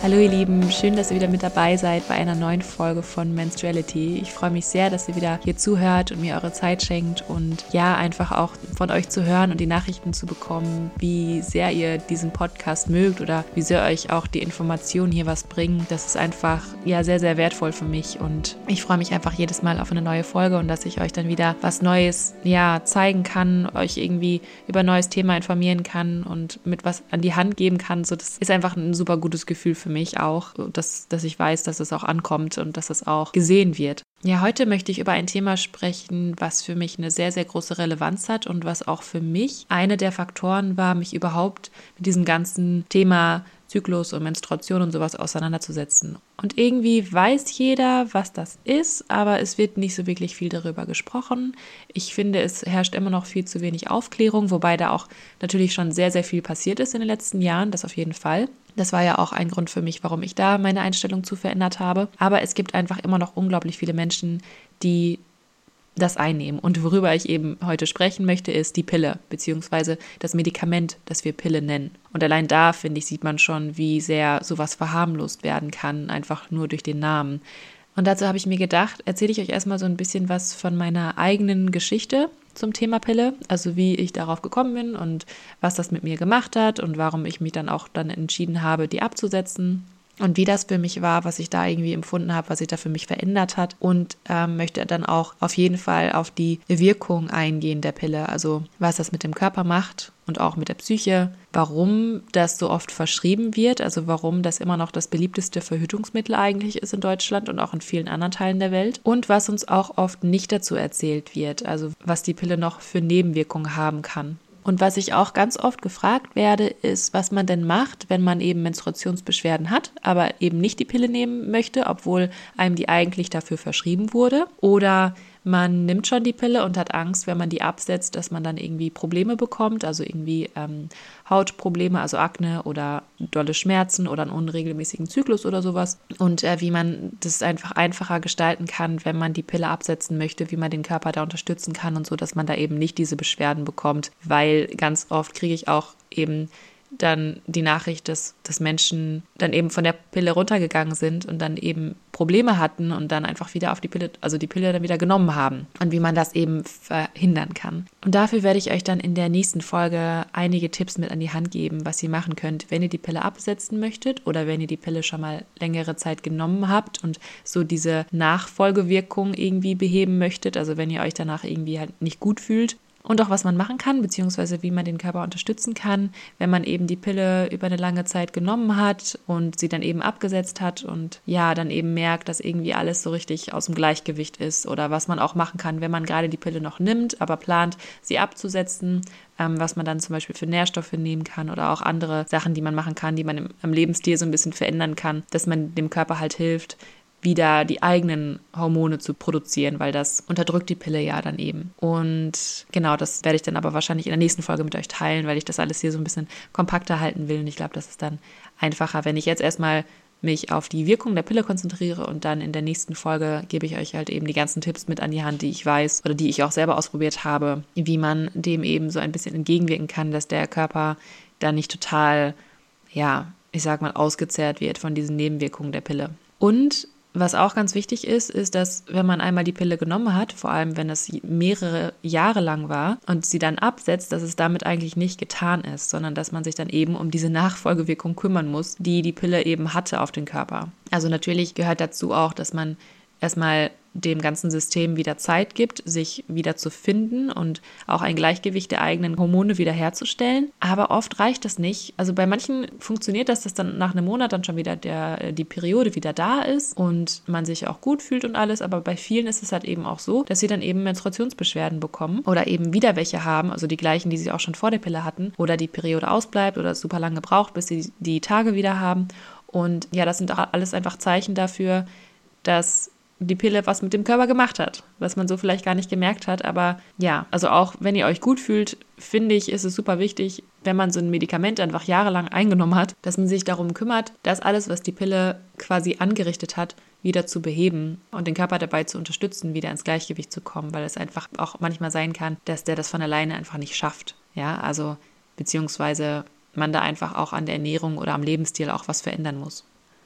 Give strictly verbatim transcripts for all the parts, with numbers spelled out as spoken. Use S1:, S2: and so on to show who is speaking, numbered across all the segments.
S1: Hallo ihr Lieben, schön, dass ihr wieder mit dabei seid bei einer neuen Folge von Menstruality. Ich freue mich sehr, dass ihr wieder hier zuhört und mir eure Zeit schenkt und ja, einfach auch von euch zu hören und die Nachrichten zu bekommen, wie sehr ihr diesen Podcast mögt oder wie sehr euch auch die Informationen hier was bringen. Das ist einfach ja sehr, sehr wertvoll für mich und ich freue mich einfach jedes Mal auf eine neue Folge und dass ich euch dann wieder was Neues ja zeigen kann, euch irgendwie über ein neues Thema informieren kann und mit was an die Hand geben kann. So, das ist einfach ein super gutes Gefühl für mich auch, dass, dass ich weiß, dass es auch ankommt und dass es auch gesehen wird. Ja, heute möchte ich über ein Thema sprechen, was für mich eine sehr, sehr große Relevanz hat und was auch für mich einer der Faktoren war, mich überhaupt mit diesem ganzen Thema Zyklus und Menstruation und sowas auseinanderzusetzen. Und irgendwie weiß jeder, was das ist, aber es wird nicht so wirklich viel darüber gesprochen. Ich finde, es herrscht immer noch viel zu wenig Aufklärung, wobei da auch natürlich schon sehr, sehr viel passiert ist in den letzten Jahren, das auf jeden Fall. Das war ja auch ein Grund für mich, warum ich da meine Einstellung zu verändert habe. Aber es gibt einfach immer noch unglaublich viele Menschen, die das einnehmen. Und worüber ich eben heute sprechen möchte, ist die Pille, beziehungsweise das Medikament, das wir Pille nennen. Und allein da, finde ich, sieht man schon, wie sehr sowas verharmlost werden kann, einfach nur durch den Namen. Und dazu habe ich mir gedacht, erzähle ich euch erstmal so ein bisschen was von meiner eigenen Geschichte zum Thema Pille, also wie ich darauf gekommen bin und was das mit mir gemacht hat und warum ich mich dann auch dann entschieden habe, die abzusetzen. Und wie das für mich war, was ich da irgendwie empfunden habe, was sich da für mich verändert hat. Und ähm, möchte dann auch auf jeden Fall auf die Wirkung eingehen der Pille. Also was das mit dem Körper macht und auch mit der Psyche. Warum das so oft verschrieben wird. Also warum das immer noch das beliebteste Verhütungsmittel eigentlich ist in Deutschland und auch in vielen anderen Teilen der Welt. Und was uns auch oft nicht dazu erzählt wird. Also was die Pille noch für Nebenwirkungen haben kann. Und was ich auch ganz oft gefragt werde, ist, was man denn macht, wenn man eben Menstruationsbeschwerden hat, aber eben nicht die Pille nehmen möchte, obwohl einem die eigentlich dafür verschrieben wurde. Oder man nimmt schon die Pille und hat Angst, wenn man die absetzt, dass man dann irgendwie Probleme bekommt, also irgendwie ähm, Hautprobleme, also Akne oder dolle Schmerzen oder einen unregelmäßigen Zyklus oder sowas. Und äh, wie man das einfach einfacher gestalten kann, wenn man die Pille absetzen möchte, wie man den Körper da unterstützen kann und so, dass man da eben nicht diese Beschwerden bekommt, weil ganz oft kriege ich auch eben dann die Nachricht, dass, dass Menschen dann eben von der Pille runtergegangen sind und dann eben Probleme hatten und dann einfach wieder auf die Pille, also die Pille dann wieder genommen haben und wie man das eben verhindern kann. Und dafür werde ich euch dann in der nächsten Folge einige Tipps mit an die Hand geben, was ihr machen könnt, wenn ihr die Pille absetzen möchtet oder wenn ihr die Pille schon mal längere Zeit genommen habt und so diese Nachfolgewirkung irgendwie beheben möchtet, also wenn ihr euch danach irgendwie halt nicht gut fühlt. Und auch was man machen kann, beziehungsweise wie man den Körper unterstützen kann, wenn man eben die Pille über eine lange Zeit genommen hat und sie dann eben abgesetzt hat und ja, dann eben merkt, dass irgendwie alles so richtig aus dem Gleichgewicht ist oder was man auch machen kann, wenn man gerade die Pille noch nimmt, aber plant, sie abzusetzen, ähm, was man dann zum Beispiel für Nährstoffe nehmen kann oder auch andere Sachen, die man machen kann, die man im, im Lebensstil so ein bisschen verändern kann, dass man dem Körper halt hilft, wieder die eigenen Hormone zu produzieren, weil das unterdrückt die Pille ja dann eben. Und genau, das werde ich dann aber wahrscheinlich in der nächsten Folge mit euch teilen, weil ich das alles hier so ein bisschen kompakter halten will. Und ich glaube, das ist dann einfacher, wenn ich jetzt erstmal mich auf die Wirkung der Pille konzentriere und dann in der nächsten Folge gebe ich euch halt eben die ganzen Tipps mit an die Hand, die ich weiß oder die ich auch selber ausprobiert habe, wie man dem eben so ein bisschen entgegenwirken kann, dass der Körper dann nicht total, ja, ich sag mal, ausgezehrt wird von diesen Nebenwirkungen der Pille. Und was auch ganz wichtig ist, ist, dass wenn man einmal die Pille genommen hat, vor allem wenn es mehrere Jahre lang war und sie dann absetzt, dass es damit eigentlich nicht getan ist, sondern dass man sich dann eben um diese Nachfolgewirkung kümmern muss, die die Pille eben hatte auf den Körper. Also natürlich gehört dazu auch, dass man erstmal dem ganzen System wieder Zeit gibt, sich wieder zu finden und auch ein Gleichgewicht der eigenen Hormone wiederherzustellen. Aber oft reicht das nicht. Also bei manchen funktioniert das, dass dann nach einem Monat dann schon wieder der, die Periode wieder da ist und man sich auch gut fühlt und alles. Aber bei vielen ist es halt eben auch so, dass sie dann eben Menstruationsbeschwerden bekommen oder eben wieder welche haben, also die gleichen, die sie auch schon vor der Pille hatten, oder die Periode ausbleibt oder es super lange braucht, bis sie die Tage wieder haben. Und ja, das sind auch alles einfach Zeichen dafür, dass die Pille was mit dem Körper gemacht hat, was man so vielleicht gar nicht gemerkt hat. Aber ja, also auch wenn ihr euch gut fühlt, finde ich, ist es super wichtig, wenn man so ein Medikament einfach jahrelang eingenommen hat, dass man sich darum kümmert, dass alles, was die Pille quasi angerichtet hat, wieder zu beheben und den Körper dabei zu unterstützen, wieder ins Gleichgewicht zu kommen, weil es einfach auch manchmal sein kann, dass der das von alleine einfach nicht schafft. Ja, also beziehungsweise man da einfach auch an der Ernährung oder am Lebensstil auch was verändern muss.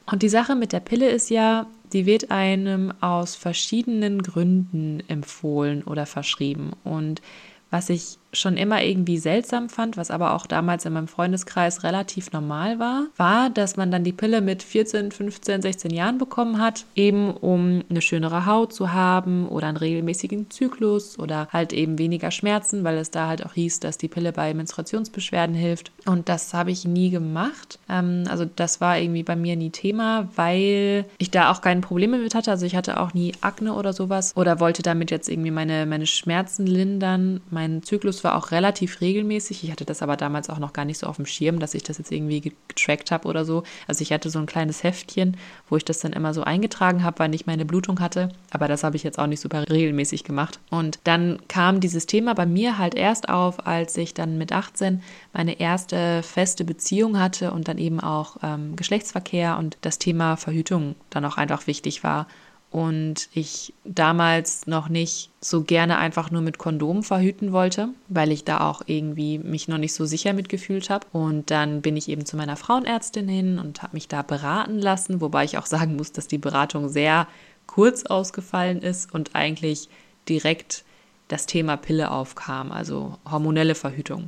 S1: Und die Sache mit der Pille ist ja, die wird einem aus verschiedenen Gründen empfohlen oder verschrieben. Und was ich schon immer irgendwie seltsam fand, was aber auch damals in meinem Freundeskreis relativ normal war, war, dass man dann die Pille mit vierzehn, fünfzehn, sechzehn Jahren bekommen hat, eben um eine schönere Haut zu haben oder einen regelmäßigen Zyklus oder halt eben weniger Schmerzen, weil es da halt auch hieß, dass die Pille bei Menstruationsbeschwerden hilft. Und das habe ich nie gemacht. Ähm, also das war irgendwie bei mir nie Thema, weil ich da auch keine Probleme mit hatte. Also ich hatte auch nie Akne oder sowas oder wollte damit jetzt irgendwie meine, meine Schmerzen lindern. Mein Zyklus war auch relativ regelmäßig. Ich hatte das aber damals auch noch gar nicht so auf dem Schirm, dass ich das jetzt irgendwie getrackt habe oder so. Also ich hatte so ein kleines Heftchen, wo ich das dann immer so eingetragen habe, wann ich meine Blutung hatte. Aber das habe ich jetzt auch nicht super regelmäßig gemacht. Und dann kam dieses Thema bei mir halt erst auf, als ich dann mit achtzehn meine erste feste Beziehung hatte und dann eben auch ähm, Geschlechtsverkehr und das Thema Verhütung dann auch einfach wichtig war. Und ich damals noch nicht so gerne einfach nur mit Kondom verhüten wollte, weil ich da auch irgendwie mich noch nicht so sicher mitgefühlt habe. Und dann bin ich eben zu meiner Frauenärztin hin und habe mich da beraten lassen, wobei ich auch sagen muss, dass die Beratung sehr kurz ausgefallen ist und eigentlich direkt das Thema Pille aufkam, also hormonelle Verhütung.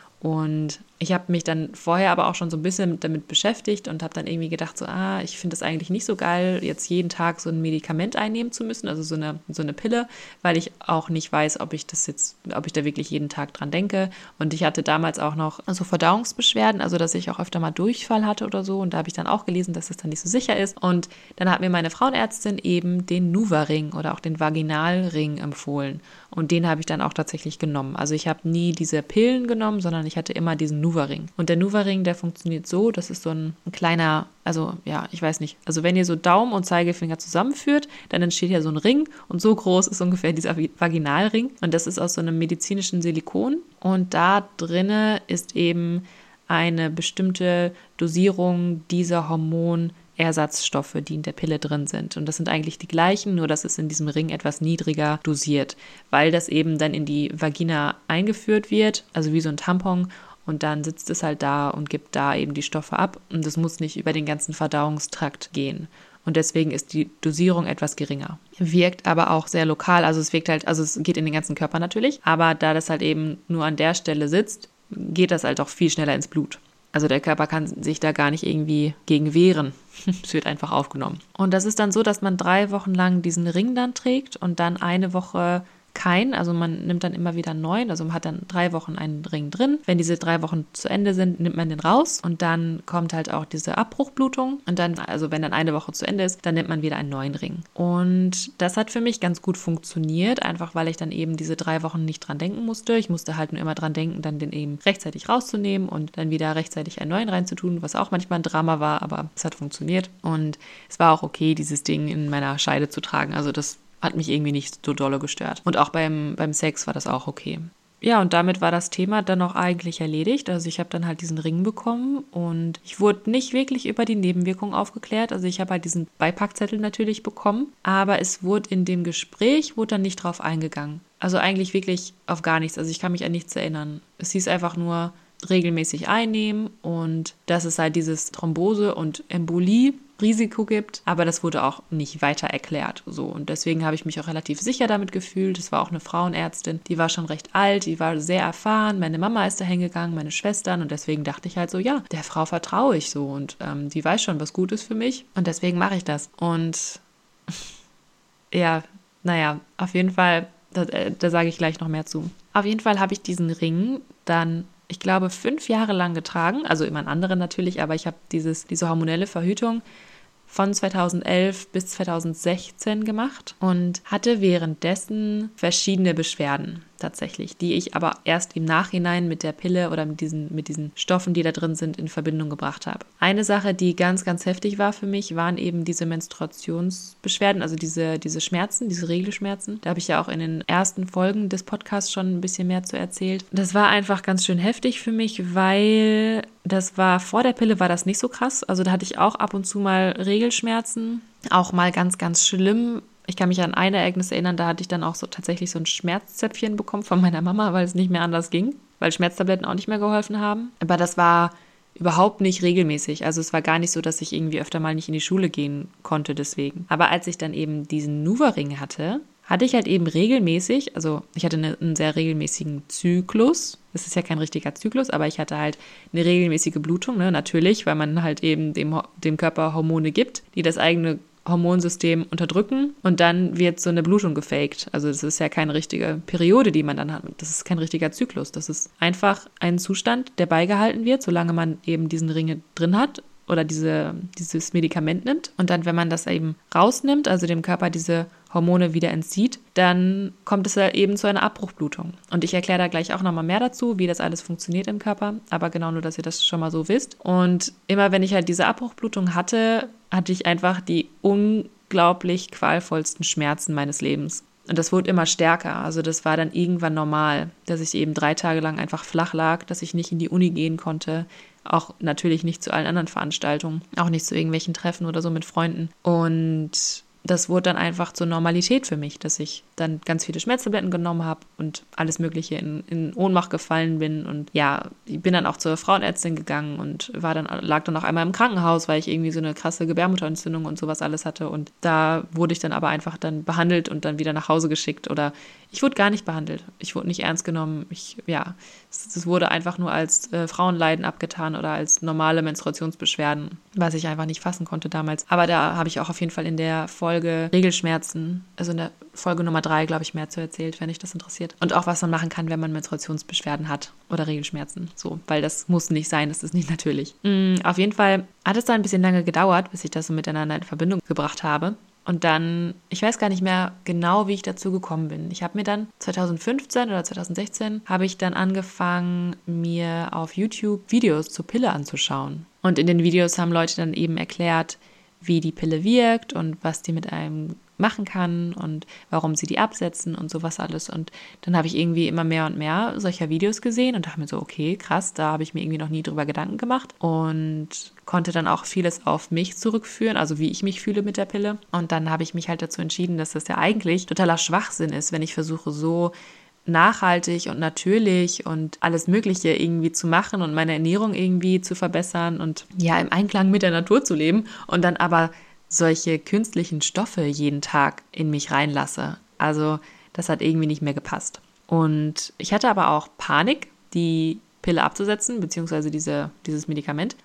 S1: Und ich habe mich dann vorher aber auch schon so ein bisschen damit beschäftigt und habe dann irgendwie gedacht, so, ah, ich finde es eigentlich nicht so geil, jetzt jeden Tag so ein Medikament einnehmen zu müssen, also so eine, so eine Pille, weil ich auch nicht weiß, ob ich das jetzt, ob ich da wirklich jeden Tag dran denke. Und ich hatte damals auch noch so Verdauungsbeschwerden, also dass ich auch öfter mal Durchfall hatte oder so. Und da habe ich dann auch gelesen, dass das dann nicht so sicher ist. Und dann hat mir meine Frauenärztin eben den NuvaRing oder auch den Vaginalring empfohlen. Und den habe ich dann auch tatsächlich genommen. Also ich habe nie diese Pillen genommen, sondern ich hatte immer diesen NuvaRing. Und der NuvaRing, der funktioniert so, das ist so ein, ein kleiner, also ja, ich weiß nicht, also wenn ihr so Daumen und Zeigefinger zusammenführt, dann entsteht ja so ein Ring und so groß ist ungefähr dieser Vaginalring. Und das ist aus so einem medizinischen Silikon. Und da drinne ist eben eine bestimmte Dosierung dieser Hormon- Ersatzstoffe, die in der Pille drin sind. Und das sind eigentlich die gleichen, nur dass es in diesem Ring etwas niedriger dosiert, weil das eben dann in die Vagina eingeführt wird, also wie so ein Tampon, und dann sitzt es halt da und gibt da eben die Stoffe ab und das muss nicht über den ganzen Verdauungstrakt gehen. Und deswegen ist die Dosierung etwas geringer. Wirkt aber auch sehr lokal, also es wirkt halt, also es geht in den ganzen Körper natürlich, aber da das halt eben nur an der Stelle sitzt, geht das halt auch viel schneller ins Blut. Also der Körper kann sich da gar nicht irgendwie gegen wehren. Es wird einfach aufgenommen. Und das ist dann so, dass man drei Wochen lang diesen Ring dann trägt und dann eine Woche kein, also man nimmt dann immer wieder einen neuen, also man hat dann drei Wochen einen Ring drin. Wenn diese drei Wochen zu Ende sind, nimmt man den raus und dann kommt halt auch diese Abbruchblutung und dann, also wenn dann eine Woche zu Ende ist, dann nimmt man wieder einen neuen Ring. Und das hat für mich ganz gut funktioniert, einfach weil ich dann eben diese drei Wochen nicht dran denken musste. Ich musste halt nur immer dran denken, dann den eben rechtzeitig rauszunehmen und dann wieder rechtzeitig einen neuen reinzutun, was auch manchmal ein Drama war, aber es hat funktioniert. Und es war auch okay, dieses Ding in meiner Scheide zu tragen. Also das hat mich irgendwie nicht so dolle gestört. Und auch beim, beim Sex war das auch okay. Ja, und damit war das Thema dann auch eigentlich erledigt. Also ich habe dann halt diesen Ring bekommen und ich wurde nicht wirklich über die Nebenwirkungen aufgeklärt. Also ich habe halt diesen Beipackzettel natürlich bekommen, aber es wurde in dem Gespräch, wurde dann nicht drauf eingegangen. Also eigentlich wirklich auf gar nichts. Also ich kann mich an nichts erinnern. Es hieß einfach nur regelmäßig einnehmen und dass es halt dieses Thrombose- und Embolie-Risiko gibt, aber das wurde auch nicht weiter erklärt. So. Und deswegen habe ich mich auch relativ sicher damit gefühlt. Es war auch eine Frauenärztin, die war schon recht alt, die war sehr erfahren. Meine Mama ist da hingegangen, meine Schwestern und deswegen dachte ich halt so, ja, der Frau vertraue ich so und ähm, die weiß schon, was gut ist für mich und deswegen mache ich das. Und ja, naja, auf jeden Fall, da, da sage ich gleich noch mehr zu. Auf jeden Fall habe ich diesen Ring dann, ich glaube, fünf Jahre lang getragen, also immer einen anderen natürlich, aber ich habe dieses, diese hormonelle Verhütung von zweitausendelf bis zweitausendsechzehn gemacht und hatte währenddessen verschiedene Beschwerden tatsächlich, die ich aber erst im Nachhinein mit der Pille oder mit diesen, mit diesen Stoffen, die da drin sind, in Verbindung gebracht habe. Eine Sache, die ganz, ganz heftig war für mich, waren eben diese Menstruationsbeschwerden, also diese, diese Schmerzen, diese Regelschmerzen. Da habe ich ja auch in den ersten Folgen des Podcasts schon ein bisschen mehr zu erzählt. Das war einfach ganz schön heftig für mich, weil das war, vor der Pille war das nicht so krass. Also da hatte ich auch ab und zu mal Regelschmerzen, auch mal ganz, ganz schlimm. Ich kann mich an ein Ereignis erinnern, da hatte ich dann auch so tatsächlich so ein Schmerzzäpfchen bekommen von meiner Mama, weil es nicht mehr anders ging, weil Schmerztabletten auch nicht mehr geholfen haben. Aber das war überhaupt nicht regelmäßig. Also es war gar nicht so, dass ich irgendwie öfter mal nicht in die Schule gehen konnte deswegen. Aber als ich dann eben diesen NuvaRing hatte, hatte ich halt eben regelmäßig, also ich hatte eine, einen sehr regelmäßigen Zyklus. Das ist ja kein richtiger Zyklus, aber ich hatte halt eine regelmäßige Blutung, ne? Natürlich, weil man halt eben dem, dem Körper Hormone gibt, die das eigene Hormonsystem unterdrücken und dann wird so eine Blutung gefaked. Also das ist ja keine richtige Periode, die man dann hat. Das ist kein richtiger Zyklus. Das ist einfach ein Zustand, der beigehalten wird, solange man eben diesen Ring drin hat oder diese, dieses Medikament nimmt. Und dann, wenn man das eben rausnimmt, also dem Körper diese Hormone wieder entzieht, dann kommt es ja eben zu einer Abbruchblutung. Und ich erkläre da gleich auch nochmal mehr dazu, wie das alles funktioniert im Körper, aber genau nur, dass ihr das schon mal so wisst. Und immer wenn ich halt diese Abbruchblutung hatte, hatte ich einfach die unglaublich qualvollsten Schmerzen meines Lebens. Und das wurde immer stärker. Also das war dann irgendwann normal, dass ich eben drei Tage lang einfach flach lag, dass ich nicht in die Uni gehen konnte. Auch natürlich nicht zu allen anderen Veranstaltungen, auch nicht zu irgendwelchen Treffen oder so mit Freunden. Und das wurde dann einfach zur Normalität für mich, dass ich dann ganz viele Schmerztabletten genommen habe und alles Mögliche in, in Ohnmacht gefallen bin. Und ja, ich bin dann auch zur Frauenärztin gegangen und war dann, lag dann auch einmal im Krankenhaus, weil ich irgendwie so eine krasse Gebärmutterentzündung und sowas alles hatte. Und da wurde ich dann aber einfach dann behandelt und dann wieder nach Hause geschickt. Oder ich wurde gar nicht behandelt. Ich wurde nicht ernst genommen. Ich, ja, es, es wurde einfach nur als äh, Frauenleiden abgetan oder als normale Menstruationsbeschwerden, was ich einfach nicht fassen konnte damals. Aber da habe ich auch auf jeden Fall in der Folge Regelschmerzen, also in der Folge Nummer drei, glaube ich, mehr zu erzählt, wenn dich das interessiert. Und auch, was man machen kann, wenn man Menstruationsbeschwerden hat oder Regelschmerzen. So, weil das muss nicht sein, das ist nicht natürlich. Mhm, auf jeden Fall hat es da ein bisschen lange gedauert, bis ich das so miteinander in Verbindung gebracht habe. Und dann, ich weiß gar nicht mehr genau, wie ich dazu gekommen bin. Ich habe mir dann zwanzig fünfzehn oder zwanzig sechzehn habe ich dann angefangen, mir auf YouTube Videos zur Pille anzuschauen. Und in den Videos haben Leute dann eben erklärt, wie die Pille wirkt und was die mit einem machen kann und warum sie die absetzen und sowas alles. Und dann habe ich irgendwie immer mehr und mehr solcher Videos gesehen und dachte mir so, okay, krass, da habe ich mir irgendwie noch nie drüber Gedanken gemacht und konnte dann auch vieles auf mich zurückführen, also wie ich mich fühle mit der Pille. Und dann habe ich mich halt dazu entschieden, dass das ja eigentlich totaler Schwachsinn ist, wenn ich versuche, so nachhaltig und natürlich und alles Mögliche irgendwie zu machen und meine Ernährung irgendwie zu verbessern und ja, im Einklang mit der Natur zu leben und dann aber solche künstlichen Stoffe jeden Tag in mich reinlasse. Also das hat irgendwie nicht mehr gepasst. Und ich hatte aber auch Panik, die Pille abzusetzen, beziehungsweise diese, dieses Medikament,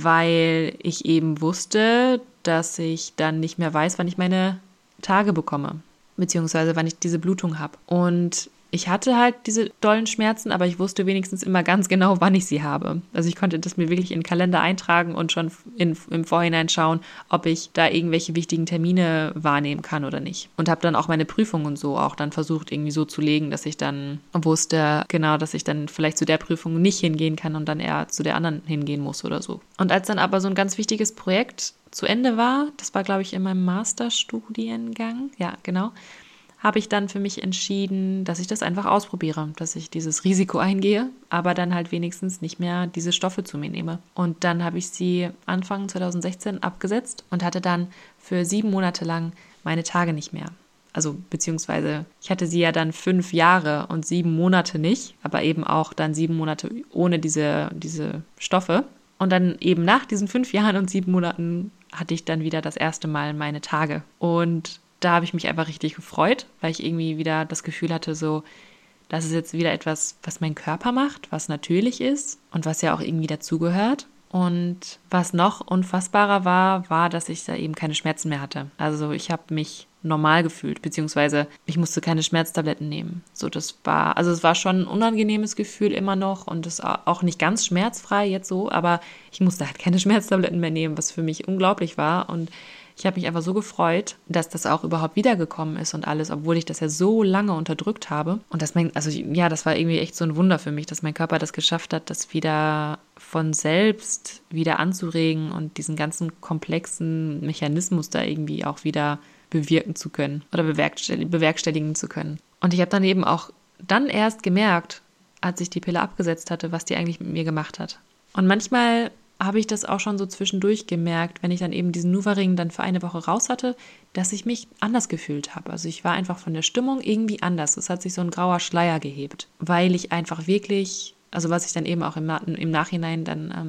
S1: weil ich eben wusste, dass ich dann nicht mehr weiß, wann ich meine Tage bekomme, beziehungsweise wann ich diese Blutung habe. Und ich hatte halt diese dollen Schmerzen, aber ich wusste wenigstens immer ganz genau, wann ich sie habe. Also ich konnte das mir wirklich in den Kalender eintragen und schon in, im Vorhinein schauen, ob ich da irgendwelche wichtigen Termine wahrnehmen kann oder nicht. Und habe dann auch meine Prüfung und so auch dann versucht, irgendwie so zu legen, dass ich dann wusste, genau, dass ich dann vielleicht zu der Prüfung nicht hingehen kann und dann eher zu der anderen hingehen muss oder so. Und als dann aber so ein ganz wichtiges Projekt zu Ende war, das war, glaube ich, in meinem Masterstudiengang, ja, genau, habe ich dann für mich entschieden, dass ich das einfach ausprobiere, dass ich dieses Risiko eingehe, aber dann halt wenigstens nicht mehr diese Stoffe zu mir nehme. Und dann habe ich sie Anfang zwanzig sechzehn abgesetzt und hatte dann für sieben Monate lang meine Tage nicht mehr. Also beziehungsweise ich hatte sie ja dann fünf Jahre und sieben Monate nicht, aber eben auch dann sieben Monate ohne diese, diese Stoffe. Und dann eben nach diesen fünf Jahren und sieben Monaten hatte ich dann wieder das erste Mal meine Tage. Und da habe ich mich einfach richtig gefreut, weil ich irgendwie wieder das Gefühl hatte, so, das ist jetzt wieder etwas, was mein Körper macht, was natürlich ist und was ja auch irgendwie dazugehört. Und was noch unfassbarer war, war, dass ich da eben keine Schmerzen mehr hatte. Also ich habe mich normal gefühlt, beziehungsweise ich musste keine Schmerztabletten nehmen. So, das war, also es war schon ein unangenehmes Gefühl immer noch und es auch nicht ganz schmerzfrei jetzt so, aber ich musste halt keine Schmerztabletten mehr nehmen, was für mich unglaublich war. Und ich habe mich einfach so gefreut, dass das auch überhaupt wiedergekommen ist und alles, obwohl ich das ja so lange unterdrückt habe. Und das mein, also ja, das war irgendwie echt so ein Wunder für mich, dass mein Körper das geschafft hat, das wieder von selbst wieder anzuregen und diesen ganzen komplexen Mechanismus da irgendwie auch wieder bewirken zu können oder bewerkstelligen, bewerkstelligen zu können. Und ich habe dann eben auch dann erst gemerkt, als ich die Pille abgesetzt hatte, was die eigentlich mit mir gemacht hat. Und manchmal habe ich das auch schon so zwischendurch gemerkt, wenn ich dann eben diesen NuvaRing dann für eine Woche raus hatte, dass ich mich anders gefühlt habe. Also ich war einfach von der Stimmung irgendwie anders. Es hat sich so ein grauer Schleier gehebt, weil ich einfach wirklich, also was ich dann eben auch im, im Nachhinein dann ähm,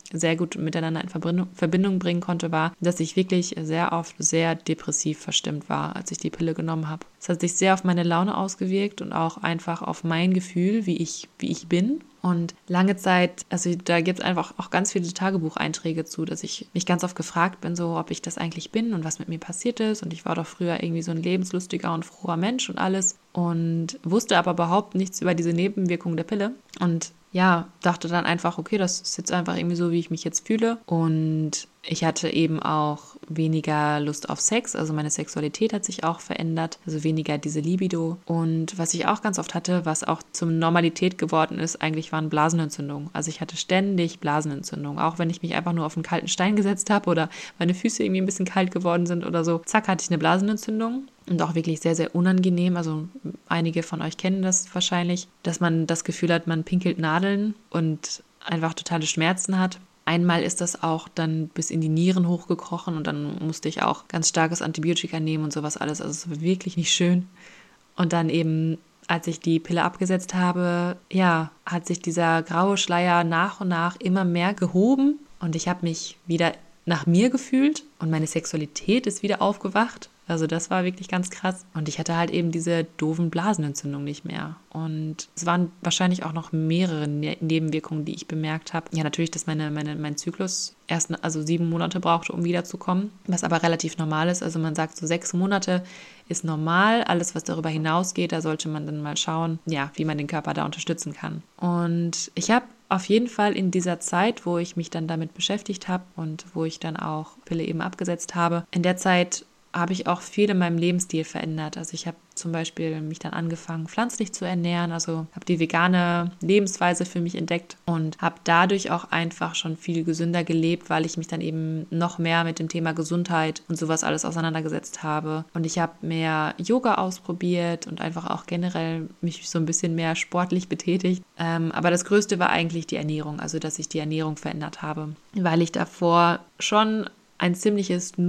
S1: sehr gut miteinander in Verbindung, Verbindung bringen konnte, war, dass ich wirklich sehr oft sehr depressiv verstimmt war, als ich die Pille genommen habe. Es hat sich sehr auf meine Laune ausgewirkt und auch einfach auf mein Gefühl, wie ich, wie ich bin. Und lange Zeit, also da gibt es einfach auch ganz viele Tagebucheinträge zu, dass ich mich ganz oft gefragt bin, so ob ich das eigentlich bin und was mit mir passiert ist. Und ich war doch früher irgendwie so ein lebenslustiger und froher Mensch und alles und wusste aber überhaupt nichts über diese Nebenwirkungen der Pille. Und ja, dachte dann einfach, okay, das ist jetzt einfach irgendwie so, wie ich mich jetzt fühle. Und ich hatte eben auch weniger Lust auf Sex, also meine Sexualität hat sich auch verändert, also weniger diese Libido. Und was ich auch ganz oft hatte, was auch zur Normalität geworden ist, eigentlich waren Blasenentzündungen. Also ich hatte ständig Blasenentzündungen, auch wenn ich mich einfach nur auf einen kalten Stein gesetzt habe oder meine Füße irgendwie ein bisschen kalt geworden sind oder so. Zack, hatte ich eine Blasenentzündung. Und auch wirklich sehr, sehr unangenehm. Also einige von euch kennen das wahrscheinlich, dass man das Gefühl hat, man pinkelt Nadeln und einfach totale Schmerzen hat. Einmal ist das auch dann bis in die Nieren hochgekrochen und dann musste ich auch ganz starkes Antibiotika nehmen und sowas alles. Also es war wirklich nicht schön. Und dann eben, als ich die Pille abgesetzt habe, ja, hat sich dieser graue Schleier nach und nach immer mehr gehoben und ich habe mich wieder nach mir gefühlt und meine Sexualität ist wieder aufgewacht. Also das war wirklich ganz krass. Und ich hatte halt eben diese doofen Blasenentzündungen nicht mehr. Und es waren wahrscheinlich auch noch mehrere ne- Nebenwirkungen, die ich bemerkt habe. Ja, natürlich, dass meine, meine, mein Zyklus erst also sieben Monate brauchte, um wiederzukommen. Was aber relativ normal ist. Also man sagt, so sechs Monate ist normal. Alles, was darüber hinausgeht, da sollte man dann mal schauen, ja, wie man den Körper da unterstützen kann. Und ich habe auf jeden Fall in dieser Zeit, wo ich mich dann damit beschäftigt habe und wo ich dann auch Pille eben abgesetzt habe, in der Zeit habe ich auch viel in meinem Lebensstil verändert. Also ich habe zum Beispiel mich dann angefangen, pflanzlich zu ernähren, also habe die vegane Lebensweise für mich entdeckt und habe dadurch auch einfach schon viel gesünder gelebt, weil ich mich dann eben noch mehr mit dem Thema Gesundheit und sowas alles auseinandergesetzt habe. Und ich habe mehr Yoga ausprobiert und einfach auch generell mich so ein bisschen mehr sportlich betätigt. Ähm, aber das Größte war eigentlich die Ernährung, also dass ich die Ernährung verändert habe, weil ich davor schon ein ziemliches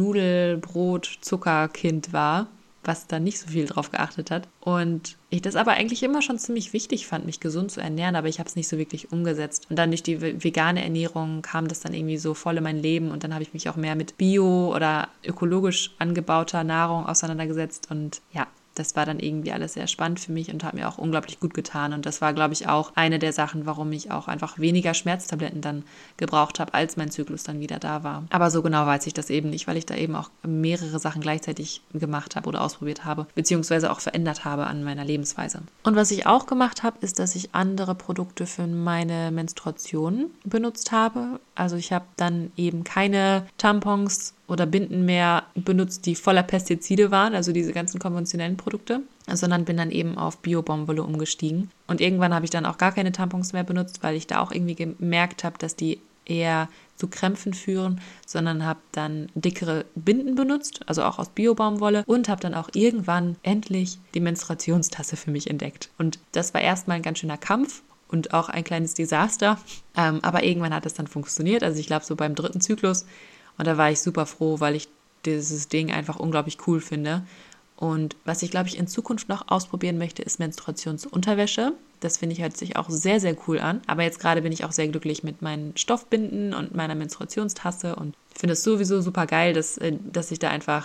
S1: Nudelbrot-Zuckerkind war, was da nicht so viel drauf geachtet hat. Und ich das aber eigentlich immer schon ziemlich wichtig fand, mich gesund zu ernähren, aber ich habe es nicht so wirklich umgesetzt. Und dann durch die vegane Ernährung kam das dann irgendwie so voll in mein Leben und dann habe ich mich auch mehr mit bio- oder ökologisch angebauter Nahrung auseinandergesetzt und ja, das war dann irgendwie alles sehr spannend für mich und hat mir auch unglaublich gut getan. Und das war, glaube ich, auch eine der Sachen, warum ich auch einfach weniger Schmerztabletten dann gebraucht habe, als mein Zyklus dann wieder da war. Aber so genau weiß ich das eben nicht, weil ich da eben auch mehrere Sachen gleichzeitig gemacht habe oder ausprobiert habe, beziehungsweise auch verändert habe an meiner Lebensweise. Und was ich auch gemacht habe, ist, dass ich andere Produkte für meine Menstruation benutzt habe. Also ich habe dann eben keine Tampons oder Binden mehr benutzt, die voller Pestizide waren, also diese ganzen konventionellen Produkte, sondern bin dann eben auf Bio-Baumwolle umgestiegen. Und irgendwann habe ich dann auch gar keine Tampons mehr benutzt, weil ich da auch irgendwie gemerkt habe, dass die eher zu Krämpfen führen, sondern habe dann dickere Binden benutzt, also auch aus Bio-Baumwolle und habe dann auch irgendwann endlich die Menstruationstasse für mich entdeckt. Und das war erstmal ein ganz schöner Kampf und auch ein kleines Desaster, ähm, aber irgendwann hat es dann funktioniert, also ich glaube so beim dritten Zyklus. Und da war ich super froh, weil ich dieses Ding einfach unglaublich cool finde. Und was ich, glaube ich, in Zukunft noch ausprobieren möchte, ist Menstruationsunterwäsche. Das finde ich, hört sich auch sehr, sehr cool an. Aber jetzt gerade bin ich auch sehr glücklich mit meinen Stoffbinden und meiner Menstruationstasse und finde es sowieso super geil, dass, dass ich da einfach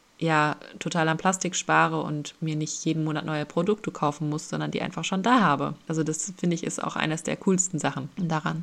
S1: ja total an Plastik spare und mir nicht jeden Monat neue Produkte kaufen muss, sondern die einfach schon da habe. Also das, finde ich, ist auch eines der coolsten Sachen daran.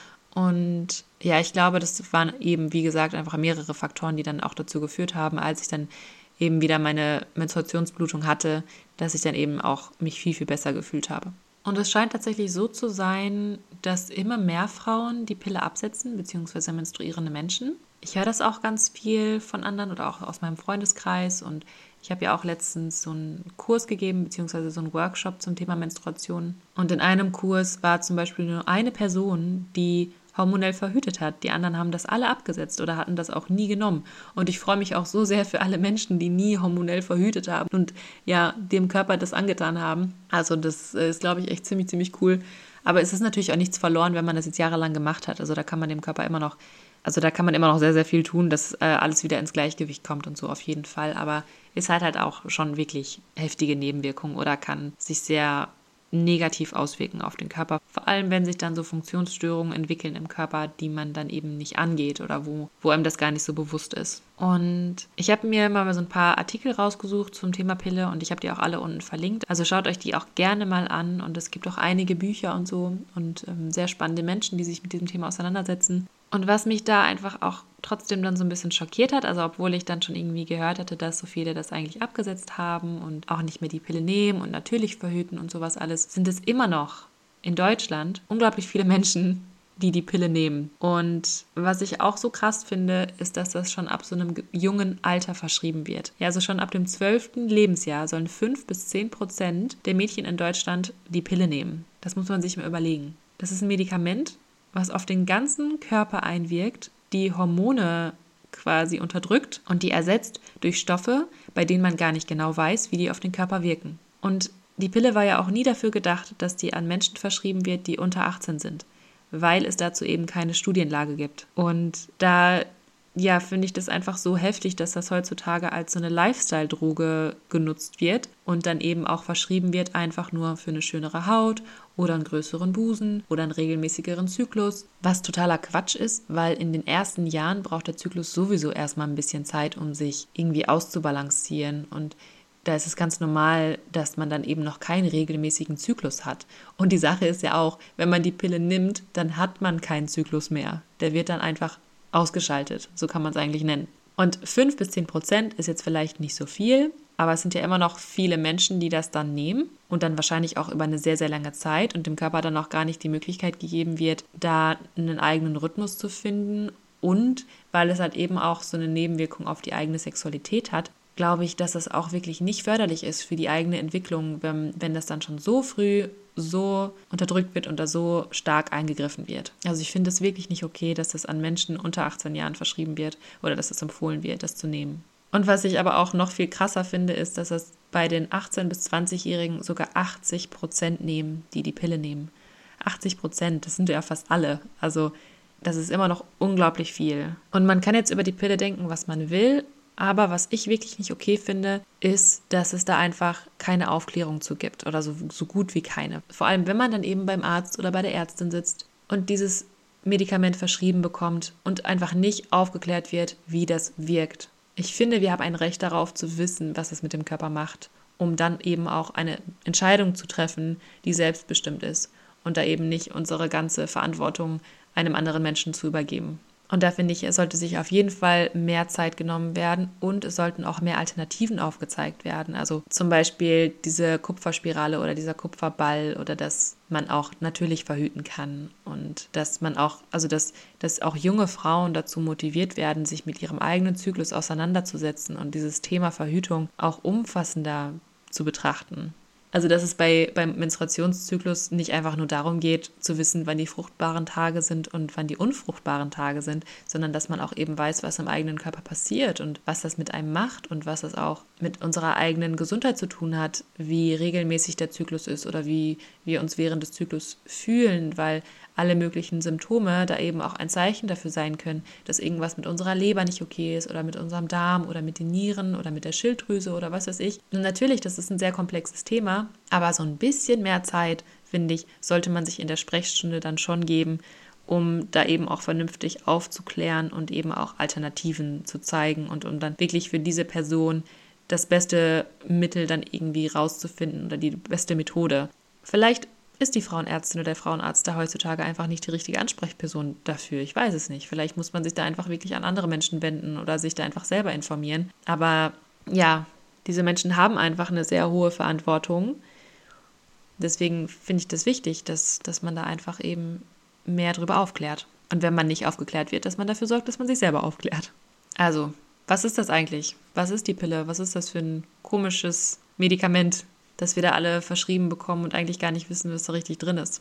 S1: Und ja, ich glaube, das waren eben, wie gesagt, einfach mehrere Faktoren, die dann auch dazu geführt haben, als ich dann eben wieder meine Menstruationsblutung hatte, dass ich dann eben auch mich viel, viel besser gefühlt habe. Und es scheint tatsächlich so zu sein, dass immer mehr Frauen die Pille absetzen, beziehungsweise menstruierende Menschen. Ich höre das auch ganz viel von anderen oder auch aus meinem Freundeskreis und ich habe ja auch letztens so einen Kurs gegeben, beziehungsweise so einen Workshop zum Thema Menstruation. Und in einem Kurs war zum Beispiel nur eine Person, die hormonell verhütet hat. Die anderen haben das alle abgesetzt oder hatten das auch nie genommen. Und ich freue mich auch so sehr für alle Menschen, die nie hormonell verhütet haben und ja, dem Körper das angetan haben. Also das ist, glaube ich, echt ziemlich, ziemlich cool. Aber es ist natürlich auch nichts verloren, wenn man das jetzt jahrelang gemacht hat. Also da kann man dem Körper immer noch, also da kann man immer noch sehr, sehr viel tun, dass äh, alles wieder ins Gleichgewicht kommt und so auf jeden Fall. Aber es hat halt auch schon wirklich heftige Nebenwirkungen oder kann sich sehr negativ auswirken auf den Körper. Vor allem, wenn sich dann so Funktionsstörungen entwickeln im Körper, die man dann eben nicht angeht oder wo, wo einem das gar nicht so bewusst ist. Und ich habe mir mal so ein paar Artikel rausgesucht zum Thema Pille und ich habe die auch alle unten verlinkt. Also schaut euch die auch gerne mal an und es gibt auch einige Bücher und so und ähm, sehr spannende Menschen, die sich mit diesem Thema auseinandersetzen. Und was mich da einfach auch trotzdem dann so ein bisschen schockiert hat, also obwohl ich dann schon irgendwie gehört hatte, dass so viele das eigentlich abgesetzt haben und auch nicht mehr die Pille nehmen und natürlich verhüten und sowas alles, sind es immer noch in Deutschland unglaublich viele Menschen, die die Pille nehmen. Und was ich auch so krass finde, ist, dass das schon ab so einem jungen Alter verschrieben wird. Ja, also schon ab dem zwölften Lebensjahr sollen fünf bis zehn Prozent der Mädchen in Deutschland die Pille nehmen. Das muss man sich mal überlegen. Das ist ein Medikament, was auf den ganzen Körper einwirkt, die Hormone quasi unterdrückt und die ersetzt durch Stoffe, bei denen man gar nicht genau weiß, wie die auf den Körper wirken. Und die Pille war ja auch nie dafür gedacht, dass die an Menschen verschrieben wird, die unter achtzehn sind, weil es dazu eben keine Studienlage gibt. Und da ja, finde ich das einfach so heftig, dass das heutzutage als so eine Lifestyle-Droge genutzt wird und dann eben auch verschrieben wird, einfach nur für eine schönere Haut oder einen größeren Busen oder einen regelmäßigeren Zyklus, was totaler Quatsch ist, weil in den ersten Jahren braucht der Zyklus sowieso erstmal ein bisschen Zeit, um sich irgendwie auszubalancieren und da ist es ganz normal, dass man dann eben noch keinen regelmäßigen Zyklus hat. Und die Sache ist ja auch, wenn man die Pille nimmt, dann hat man keinen Zyklus mehr. Der wird dann einfach ausgeschaltet, so kann man es eigentlich nennen. Und fünf bis zehn Prozent ist jetzt vielleicht nicht so viel, aber es sind ja immer noch viele Menschen, die das dann nehmen und dann wahrscheinlich auch über eine sehr, sehr lange Zeit und dem Körper dann auch gar nicht die Möglichkeit gegeben wird, da einen eigenen Rhythmus zu finden. Und weil es halt eben auch so eine Nebenwirkung auf die eigene Sexualität hat, glaube ich, dass das auch wirklich nicht förderlich ist für die eigene Entwicklung, wenn, wenn das dann schon so früh so unterdrückt wird und da so stark eingegriffen wird. Also ich finde es wirklich nicht okay, dass das an Menschen unter achtzehn Jahren verschrieben wird oder dass es empfohlen wird, das zu nehmen. Und was ich aber auch noch viel krasser finde, ist, dass es bei den achtzehn- bis zwanzigjährigen sogar achtzig Prozent nehmen, die die Pille nehmen. achtzig Prozent, das sind ja fast alle. Also das ist immer noch unglaublich viel. Und man kann jetzt über die Pille denken, was man will, aber was ich wirklich nicht okay finde, ist, dass es da einfach keine Aufklärung zu gibt oder so, so gut wie keine. Vor allem, wenn man dann eben beim Arzt oder bei der Ärztin sitzt und dieses Medikament verschrieben bekommt und einfach nicht aufgeklärt wird, wie das wirkt. Ich finde, wir haben ein Recht darauf zu wissen, was es mit dem Körper macht, um dann eben auch eine Entscheidung zu treffen, die selbstbestimmt ist und da eben nicht unsere ganze Verantwortung einem anderen Menschen zu übergeben. Und da finde ich, es sollte sich auf jeden Fall mehr Zeit genommen werden und es sollten auch mehr Alternativen aufgezeigt werden. Also zum Beispiel diese Kupferspirale oder dieser Kupferball oder dass man auch natürlich verhüten kann und dass man auch, also dass, dass auch junge Frauen dazu motiviert werden, sich mit ihrem eigenen Zyklus auseinanderzusetzen und dieses Thema Verhütung auch umfassender zu betrachten. Also dass es bei, beim Menstruationszyklus nicht einfach nur darum geht, zu wissen, wann die fruchtbaren Tage sind und wann die unfruchtbaren Tage sind, sondern dass man auch eben weiß, was im eigenen Körper passiert und was das mit einem macht und was das auch mit unserer eigenen Gesundheit zu tun hat, wie regelmäßig der Zyklus ist oder wie wir uns während des Zyklus fühlen, weil alle möglichen Symptome da eben auch ein Zeichen dafür sein können, dass irgendwas mit unserer Leber nicht okay ist oder mit unserem Darm oder mit den Nieren oder mit der Schilddrüse oder was weiß ich. Und natürlich, das ist ein sehr komplexes Thema, aber so ein bisschen mehr Zeit, finde ich, sollte man sich in der Sprechstunde dann schon geben, um da eben auch vernünftig aufzuklären und eben auch Alternativen zu zeigen und um dann wirklich für diese Person das beste Mittel dann irgendwie rauszufinden oder die beste Methode. Vielleicht ist die Frauenärztin oder der Frauenarzt da heutzutage einfach nicht die richtige Ansprechperson dafür. Ich weiß es nicht. Vielleicht muss man sich da einfach wirklich an andere Menschen wenden oder sich da einfach selber informieren. Aber ja, diese Menschen haben einfach eine sehr hohe Verantwortung. Deswegen finde ich das wichtig, dass, dass man da einfach eben mehr darüber aufklärt. Und wenn man nicht aufgeklärt wird, dass man dafür sorgt, dass man sich selber aufklärt. Also, was ist das eigentlich? Was ist die Pille? Was ist das für ein komisches Medikament, dass wir da alle verschrieben bekommen und eigentlich gar nicht wissen, was da richtig drin ist?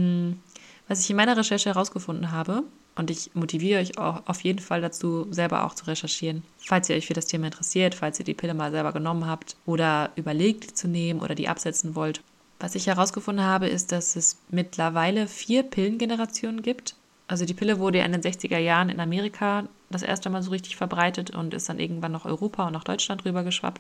S1: Was ich in meiner Recherche herausgefunden habe, und ich motiviere euch auch auf jeden Fall dazu, selber auch zu recherchieren, falls ihr euch für das Thema interessiert, falls ihr die Pille mal selber genommen habt oder überlegt, die zu nehmen oder die absetzen wollt. Was ich herausgefunden habe, ist, dass es mittlerweile vier Pillengenerationen gibt. Also die Pille wurde ja in den sechziger Jahren in Amerika das erste Mal so richtig verbreitet und ist dann irgendwann nach Europa und nach Deutschland rübergeschwappt.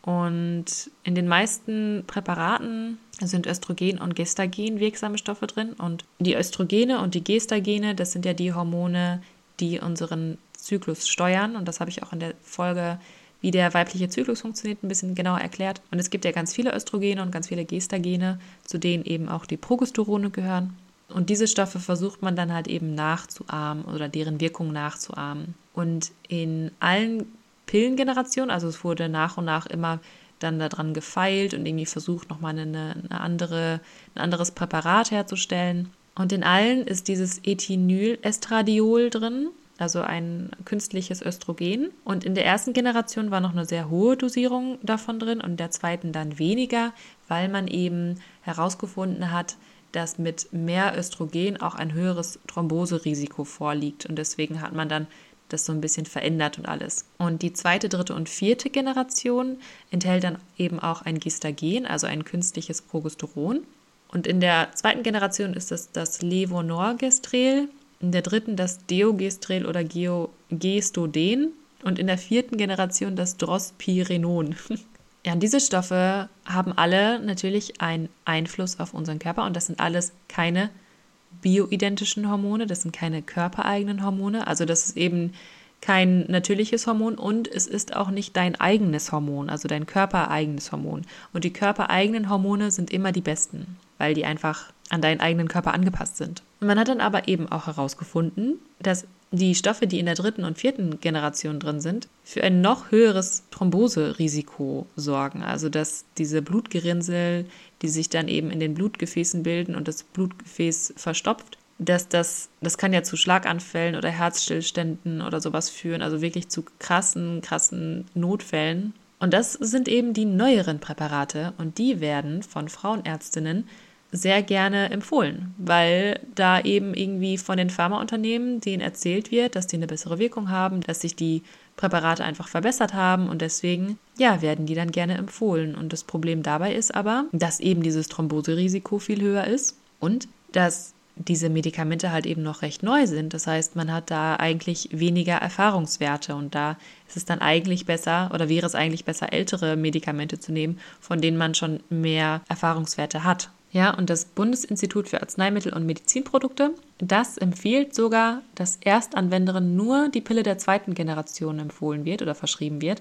S1: Und in den meisten Präparaten sind Östrogen und Gestagen wirksame Stoffe drin. Und die Östrogene und die Gestagene, das sind ja die Hormone, die unseren Zyklus steuern. Und das habe ich auch in der Folge, wie der weibliche Zyklus funktioniert, ein bisschen genauer erklärt. Und es gibt ja ganz viele Östrogene und ganz viele Gestagene, zu denen eben auch die Progesterone gehören. Und diese Stoffe versucht man dann halt eben nachzuahmen oder deren Wirkung nachzuahmen. Und in allen Pillengenerationen, also es wurde nach und nach immer dann daran gefeilt und irgendwie versucht, nochmal eine, eine andere, ein anderes Präparat herzustellen. Und in allen ist dieses Ethinylestradiol drin, also ein künstliches Östrogen. Und in der ersten Generation war noch eine sehr hohe Dosierung davon drin und in der zweiten dann weniger, weil man eben herausgefunden hat, dass mit mehr Östrogen auch ein höheres Thromboserisiko vorliegt. Und deswegen hat man dann das so ein bisschen verändert und alles. Und die zweite, dritte und vierte Generation enthält dann eben auch ein Gestagen, also ein künstliches Progesteron. Und in der zweiten Generation ist es das Levonorgestrel, in der dritten das Deogestrel oder Geo- Gestoden und in der vierten Generation das Drospirenon. Ja, und diese Stoffe haben alle natürlich einen Einfluss auf unseren Körper und das sind alles keine bioidentischen Hormone, das sind keine körpereigenen Hormone, also das ist eben kein natürliches Hormon und es ist auch nicht dein eigenes Hormon, also dein körpereigenes Hormon. Und die körpereigenen Hormone sind immer die besten, weil die einfach an deinen eigenen Körper angepasst sind. Und man hat dann aber eben auch herausgefunden, dass die Stoffe, die in der dritten und vierten Generation drin sind, für ein noch höheres Thromboserisiko sorgen. Also dass diese Blutgerinnsel, die sich dann eben in den Blutgefäßen bilden und das Blutgefäß verstopft, dass das, das kann ja zu Schlaganfällen oder Herzstillständen oder sowas führen, also wirklich zu krassen, krassen Notfällen. Und das sind eben die neueren Präparate und die werden von Frauenärztinnen sehr gerne empfohlen, weil da eben irgendwie von den Pharmaunternehmen denen erzählt wird, dass die eine bessere Wirkung haben, dass sich die Präparate einfach verbessert haben und deswegen, ja, werden die dann gerne empfohlen. Und das Problem dabei ist aber, dass eben dieses Thromboserisiko viel höher ist und dass diese Medikamente halt eben noch recht neu sind. Das heißt, man hat da eigentlich weniger Erfahrungswerte und da ist es dann eigentlich besser oder wäre es eigentlich besser, ältere Medikamente zu nehmen, von denen man schon mehr Erfahrungswerte hat. Ja, und das Bundesinstitut für Arzneimittel und Medizinprodukte, das empfiehlt sogar, dass Erstanwenderinnen nur die Pille der zweiten Generation empfohlen wird oder verschrieben wird.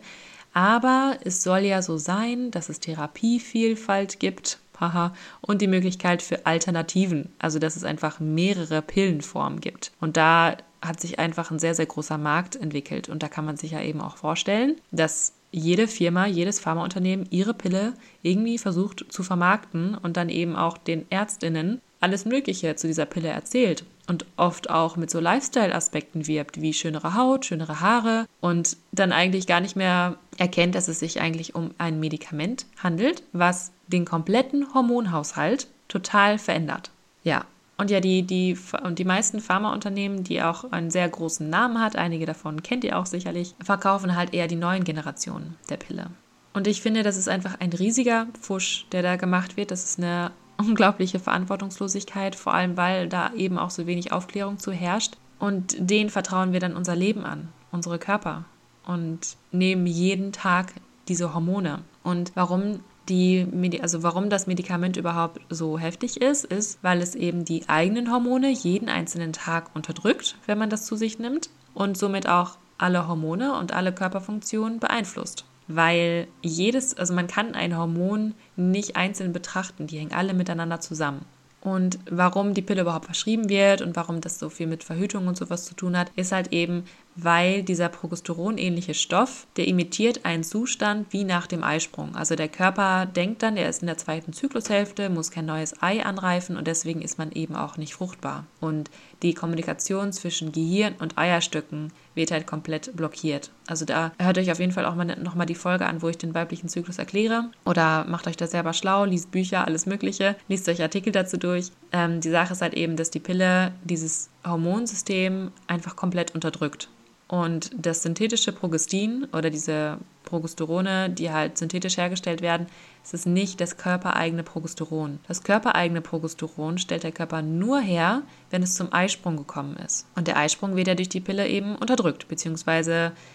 S1: Aber es soll ja so sein, dass es Therapievielfalt gibt, haha, und die Möglichkeit für Alternativen, also dass es einfach mehrere Pillenformen gibt. Und da hat sich einfach ein sehr, sehr großer Markt entwickelt. Und da kann man sich ja eben auch vorstellen, dass jede Firma, jedes Pharmaunternehmen ihre Pille irgendwie versucht zu vermarkten und dann eben auch den ÄrztInnen alles Mögliche zu dieser Pille erzählt und oft auch mit so Lifestyle-Aspekten wirbt, wie schönere Haut, schönere Haare und dann eigentlich gar nicht mehr erkennt, dass es sich eigentlich um ein Medikament handelt, was den kompletten Hormonhaushalt total verändert. Ja. Und ja, die, die, und die meisten Pharmaunternehmen, die auch einen sehr großen Namen hat, einige davon kennt ihr auch sicherlich, verkaufen halt eher die neuen Generationen der Pille. Und ich finde, das ist einfach ein riesiger Pfusch, der da gemacht wird. Das ist eine unglaubliche Verantwortungslosigkeit, vor allem weil da eben auch so wenig Aufklärung zu herrscht. Und denen vertrauen wir dann unser Leben an, unsere Körper und nehmen jeden Tag diese Hormone. Und warum Die, also warum das Medikament überhaupt so heftig ist, ist, weil es eben die eigenen Hormone jeden einzelnen Tag unterdrückt, wenn man das zu sich nimmt und somit auch alle Hormone und alle Körperfunktionen beeinflusst. Weil jedes, also man kann ein Hormon nicht einzeln betrachten, die hängen alle miteinander zusammen. Und warum die Pille überhaupt verschrieben wird und warum das so viel mit Verhütung und sowas zu tun hat, ist halt eben, weil dieser Progesteron-ähnliche Stoff, der imitiert einen Zustand wie nach dem Eisprung. Also der Körper denkt dann, er ist in der zweiten Zyklushälfte, muss kein neues Ei anreifen und deswegen ist man eben auch nicht fruchtbar. Und die Kommunikation zwischen Gehirn und Eierstöcken wird halt komplett blockiert. Also da hört euch auf jeden Fall auch mal nochmal die Folge an, wo ich den weiblichen Zyklus erkläre. Oder macht euch da selber schlau, liest Bücher, alles Mögliche, liest euch Artikel dazu durch. Ähm, die Sache ist halt eben, dass die Pille dieses Hormonsystem einfach komplett unterdrückt. Und das synthetische Progestin oder diese Progesterone, die halt synthetisch hergestellt werden, es ist nicht das körpereigene Progesteron. Das körpereigene Progesteron stellt der Körper nur her, wenn es zum Eisprung gekommen ist. Und der Eisprung wird ja durch die Pille eben unterdrückt, beziehungsweise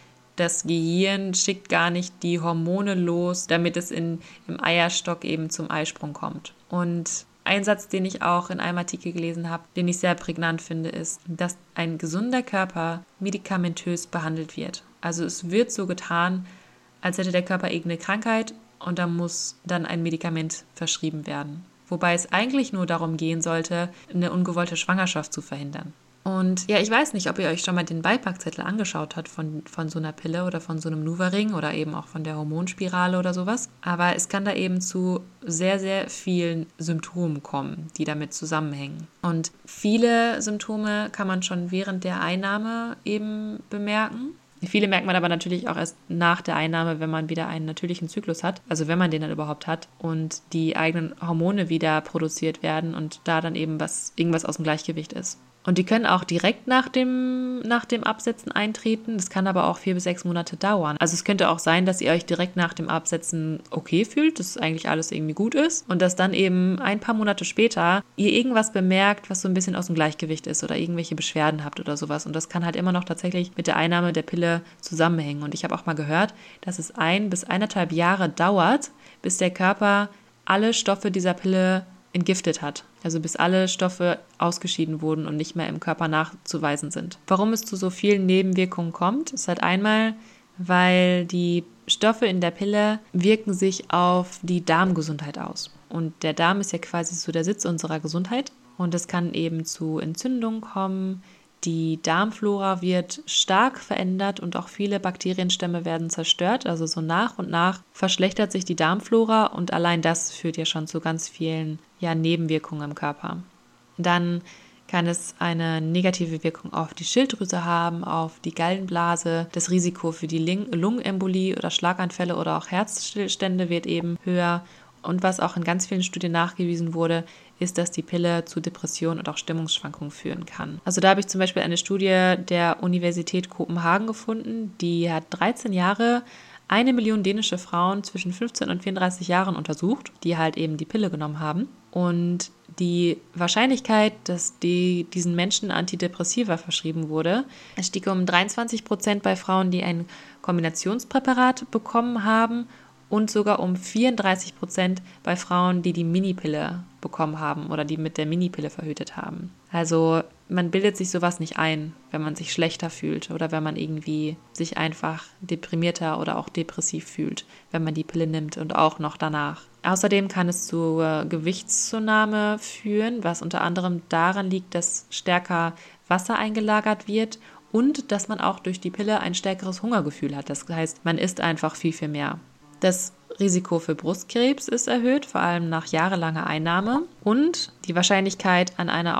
S1: das Gehirn schickt gar nicht die Hormone los, damit es in, im Eierstock eben zum Eisprung kommt. Und ein Satz, den ich auch in einem Artikel gelesen habe, den ich sehr prägnant finde, ist, dass ein gesunder Körper medikamentös behandelt wird. Also es wird so getan, als hätte der Körper irgendeine Krankheit und da muss dann ein Medikament verschrieben werden. Wobei es eigentlich nur darum gehen sollte, eine ungewollte Schwangerschaft zu verhindern. Und ja, ich weiß nicht, ob ihr euch schon mal den Beipackzettel angeschaut habt von, von so einer Pille oder von so einem NuvaRing oder eben auch von der Hormonspirale oder sowas. Aber es kann da eben zu sehr, sehr vielen Symptomen kommen, die damit zusammenhängen. Und viele Symptome kann man schon während der Einnahme eben bemerken. Viele merkt man aber natürlich auch erst nach der Einnahme, wenn man wieder einen natürlichen Zyklus hat, also wenn man den dann überhaupt hat und die eigenen Hormone wieder produziert werden und da dann eben was irgendwas aus dem Gleichgewicht ist. Und die können auch direkt nach dem, nach dem Absetzen eintreten. Das kann aber auch vier bis sechs Monate dauern. Also es könnte auch sein, dass ihr euch direkt nach dem Absetzen okay fühlt, dass eigentlich alles irgendwie gut ist und dass dann eben ein paar Monate später ihr irgendwas bemerkt, was so ein bisschen aus dem Gleichgewicht ist oder irgendwelche Beschwerden habt oder sowas. Und das kann halt immer noch tatsächlich mit der Einnahme der Pille zusammenhängen. Und ich habe auch mal gehört, dass es ein bis eineinhalb Jahre dauert, bis der Körper alle Stoffe dieser Pille entgiftet hat. Also bis alle Stoffe ausgeschieden wurden und nicht mehr im Körper nachzuweisen sind. Warum es zu so vielen Nebenwirkungen kommt, ist halt einmal, weil die Stoffe in der Pille wirken sich auf die Darmgesundheit aus. Und der Darm ist ja quasi so der Sitz unserer Gesundheit. Und es kann eben zu Entzündungen kommen. Die Darmflora wird stark verändert und auch viele Bakterienstämme werden zerstört. Also so nach und nach verschlechtert sich die Darmflora und allein das führt ja schon zu ganz vielen ja, Nebenwirkungen im Körper. Dann kann es eine negative Wirkung auf die Schilddrüse haben, auf die Gallenblase. Das Risiko für die Lungenembolie oder Schlaganfälle oder auch Herzstillstände wird eben höher. Und was auch in ganz vielen Studien nachgewiesen wurde, ist, dass die Pille zu Depressionen und auch Stimmungsschwankungen führen kann. Also da habe ich zum Beispiel eine Studie der Universität Kopenhagen gefunden, die hat dreizehn Jahre eine Million dänische Frauen zwischen fünfzehn und vierunddreißig Jahren untersucht, die halt eben die Pille genommen haben. Und die Wahrscheinlichkeit, dass die, diesen Menschen Antidepressiva verschrieben wurde, stieg um dreiundzwanzig Prozent bei Frauen, die ein Kombinationspräparat bekommen haben und sogar um vierunddreißig Prozent bei Frauen, die die Minipille bekommen haben oder die mit der Minipille verhütet haben. Also man bildet sich sowas nicht ein, wenn man sich schlechter fühlt oder wenn man irgendwie sich einfach deprimierter oder auch depressiv fühlt, wenn man die Pille nimmt und auch noch danach. Außerdem kann es zu Gewichtszunahme führen, was unter anderem daran liegt, dass stärker Wasser eingelagert wird und dass man auch durch die Pille ein stärkeres Hungergefühl hat. Das heißt, man isst einfach viel, viel mehr. Das Risiko für Brustkrebs ist erhöht, vor allem nach jahrelanger Einnahme. Und die Wahrscheinlichkeit, an einer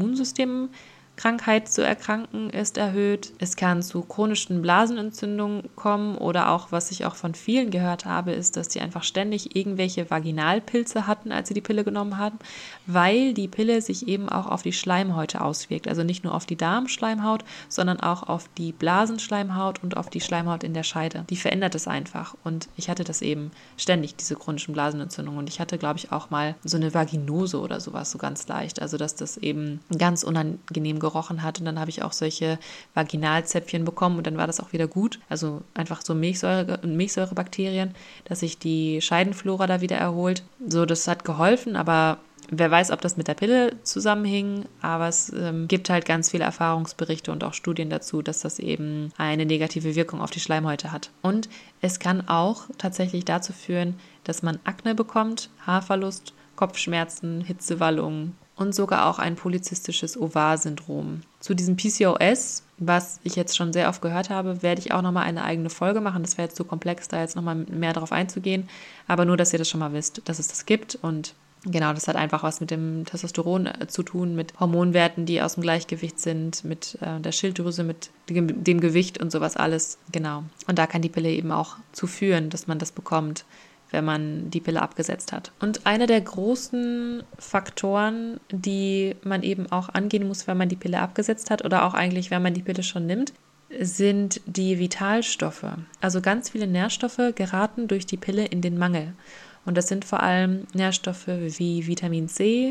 S1: Autoimmunsystemkrankheit zu erkranken, ist erhöht. Es kann zu chronischen Blasenentzündungen kommen oder auch, was ich auch von vielen gehört habe, ist, dass die einfach ständig irgendwelche Vaginalpilze hatten, als sie die Pille genommen haben, weil die Pille sich eben auch auf die Schleimhäute auswirkt. Also nicht nur auf die Darmschleimhaut, sondern auch auf die Blasenschleimhaut und auf die Schleimhaut in der Scheide. Die verändert es einfach. Und ich hatte das eben ständig, diese chronischen Blasenentzündungen. Und ich hatte, glaube ich, auch mal so eine Vaginose oder sowas, so ganz leicht. Also dass das eben ganz unangenehm gerochen hat. Und dann habe ich auch solche Vaginalzäpfchen bekommen und dann war das auch wieder gut. Also einfach so Milchsäure, Milchsäurebakterien, dass sich die Scheidenflora da wieder erholt. So, das hat geholfen, aber wer weiß, ob das mit der Pille zusammenhing, aber es ähm, gibt halt ganz viele Erfahrungsberichte und auch Studien dazu, dass das eben eine negative Wirkung auf die Schleimhäute hat. Und es kann auch tatsächlich dazu führen, dass man Akne bekommt, Haarverlust, Kopfschmerzen, Hitzewallungen und sogar auch ein polyzystisches Ovar-Syndrom. Zu diesem P C O S, was ich jetzt schon sehr oft gehört habe, werde ich auch nochmal eine eigene Folge machen. Das wäre jetzt zu komplex, da jetzt nochmal mehr drauf einzugehen. Aber nur, dass ihr das schon mal wisst, dass es das gibt. Und genau, das hat einfach was mit dem Testosteron äh, zu tun, mit Hormonwerten, die aus dem Gleichgewicht sind, mit äh, der Schilddrüse, mit dem, dem Gewicht und sowas alles. Genau. Und da kann die Pille eben auch zu führen, dass man das bekommt, wenn man die Pille abgesetzt hat. Und einer der großen Faktoren, die man eben auch angehen muss, wenn man die Pille abgesetzt hat oder auch eigentlich, wenn man die Pille schon nimmt, sind die Vitalstoffe. Also ganz viele Nährstoffe geraten durch die Pille in den Mangel. Und das sind vor allem Nährstoffe wie Vitamin C,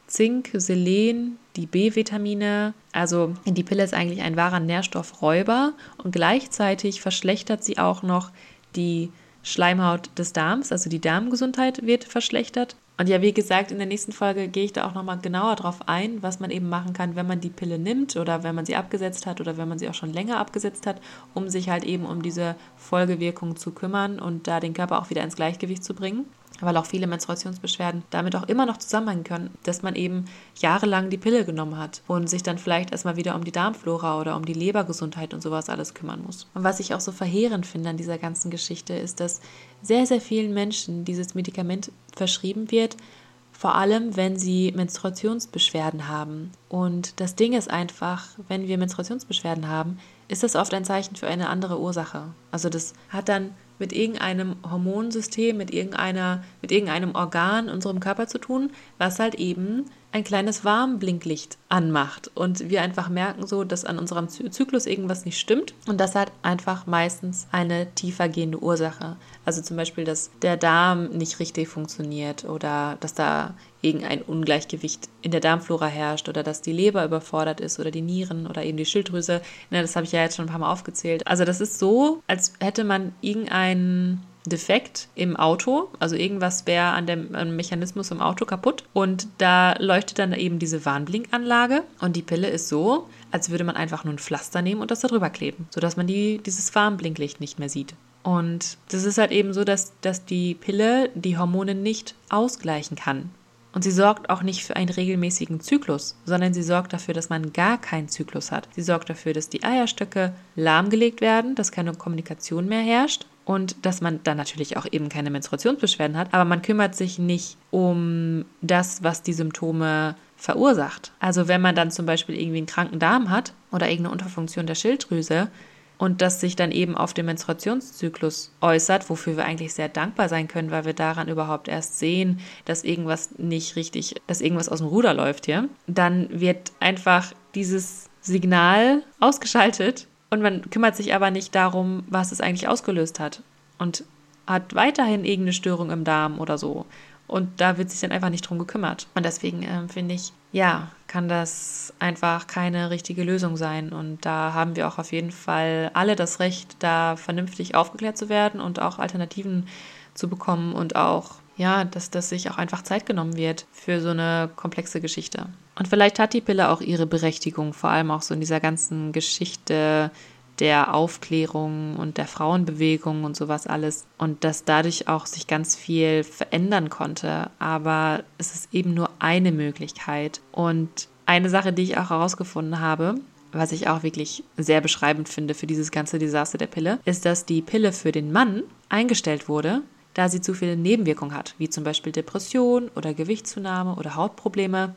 S1: Zink, Selen, die B-Vitamine. Also die Pille ist eigentlich ein wahrer Nährstoffräuber und gleichzeitig verschlechtert sie auch noch die Schleimhaut des Darms, also die Darmgesundheit wird verschlechtert. Und ja, wie gesagt, in der nächsten Folge gehe ich da auch nochmal genauer drauf ein, was man eben machen kann, wenn man die Pille nimmt oder wenn man sie abgesetzt hat oder wenn man sie auch schon länger abgesetzt hat, um sich halt eben um diese Folgewirkung zu kümmern und da den Körper auch wieder ins Gleichgewicht zu bringen. Weil auch viele Menstruationsbeschwerden damit auch immer noch zusammenhängen können, dass man eben jahrelang die Pille genommen hat und sich dann vielleicht erstmal wieder um die Darmflora oder um die Lebergesundheit und sowas alles kümmern muss. Und was ich auch so verheerend finde an dieser ganzen Geschichte ist, dass sehr, sehr vielen Menschen dieses Medikament verschrieben wird, vor allem wenn sie Menstruationsbeschwerden haben. Und das Ding ist einfach, wenn wir Menstruationsbeschwerden haben, ist das oft ein Zeichen für eine andere Ursache. Also das hat dann mit irgendeinem Hormonsystem, mit irgendeiner, mit irgendeinem Organ in unserem Körper zu tun, was halt eben ein kleines Warnblinklicht anmacht und wir einfach merken so, dass an unserem Zyklus irgendwas nicht stimmt und das hat einfach meistens eine tiefergehende Ursache. Also zum Beispiel, dass der Darm nicht richtig funktioniert oder dass da irgendein Ungleichgewicht in der Darmflora herrscht oder dass die Leber überfordert ist oder die Nieren oder eben die Schilddrüse. Ja, das habe ich ja jetzt schon ein paar Mal aufgezählt. Also das ist so, als hätte man irgendeinen Defekt im Auto, also irgendwas wäre an dem am Mechanismus im Auto kaputt und da leuchtet dann eben diese Warnblinkanlage und die Pille ist so, als würde man einfach nur ein Pflaster nehmen und das da drüber kleben, sodass man die, dieses Warnblinklicht nicht mehr sieht. Und das ist halt eben so, dass, dass die Pille die Hormone nicht ausgleichen kann. Und sie sorgt auch nicht für einen regelmäßigen Zyklus, sondern sie sorgt dafür, dass man gar keinen Zyklus hat. Sie sorgt dafür, dass die Eierstöcke lahmgelegt werden, dass keine Kommunikation mehr herrscht und dass man dann natürlich auch eben keine Menstruationsbeschwerden hat, aber man kümmert sich nicht um das, was die Symptome verursacht. Also wenn man dann zum Beispiel irgendwie einen kranken Darm hat oder irgendeine Unterfunktion der Schilddrüse, und das sich dann eben auf den Menstruationszyklus äußert, wofür wir eigentlich sehr dankbar sein können, weil wir daran überhaupt erst sehen, dass irgendwas nicht richtig, dass irgendwas aus dem Ruder läuft hier, dann wird einfach dieses Signal ausgeschaltet und man kümmert sich aber nicht darum, was es eigentlich ausgelöst hat und hat weiterhin irgendeine Störung im Darm oder so. Und da wird sich dann einfach nicht drum gekümmert. Und deswegen äh, finde ich, ja, kann das einfach keine richtige Lösung sein. Und da haben wir auch auf jeden Fall alle das Recht, da vernünftig aufgeklärt zu werden und auch Alternativen zu bekommen und auch, ja, dass das sich auch einfach Zeit genommen wird für so eine komplexe Geschichte. Und vielleicht hat die Pille auch ihre Berechtigung, vor allem auch so in dieser ganzen Geschichte der Aufklärung und der Frauenbewegung und sowas alles und dass dadurch auch sich ganz viel verändern konnte, aber es ist eben nur eine Möglichkeit und eine Sache, die ich auch herausgefunden habe, was ich auch wirklich sehr beschreibend finde für dieses ganze Desaster der Pille, ist, dass die Pille für den Mann eingestellt wurde, da sie zu viele Nebenwirkungen hat, wie zum Beispiel Depression oder Gewichtszunahme oder Hautprobleme.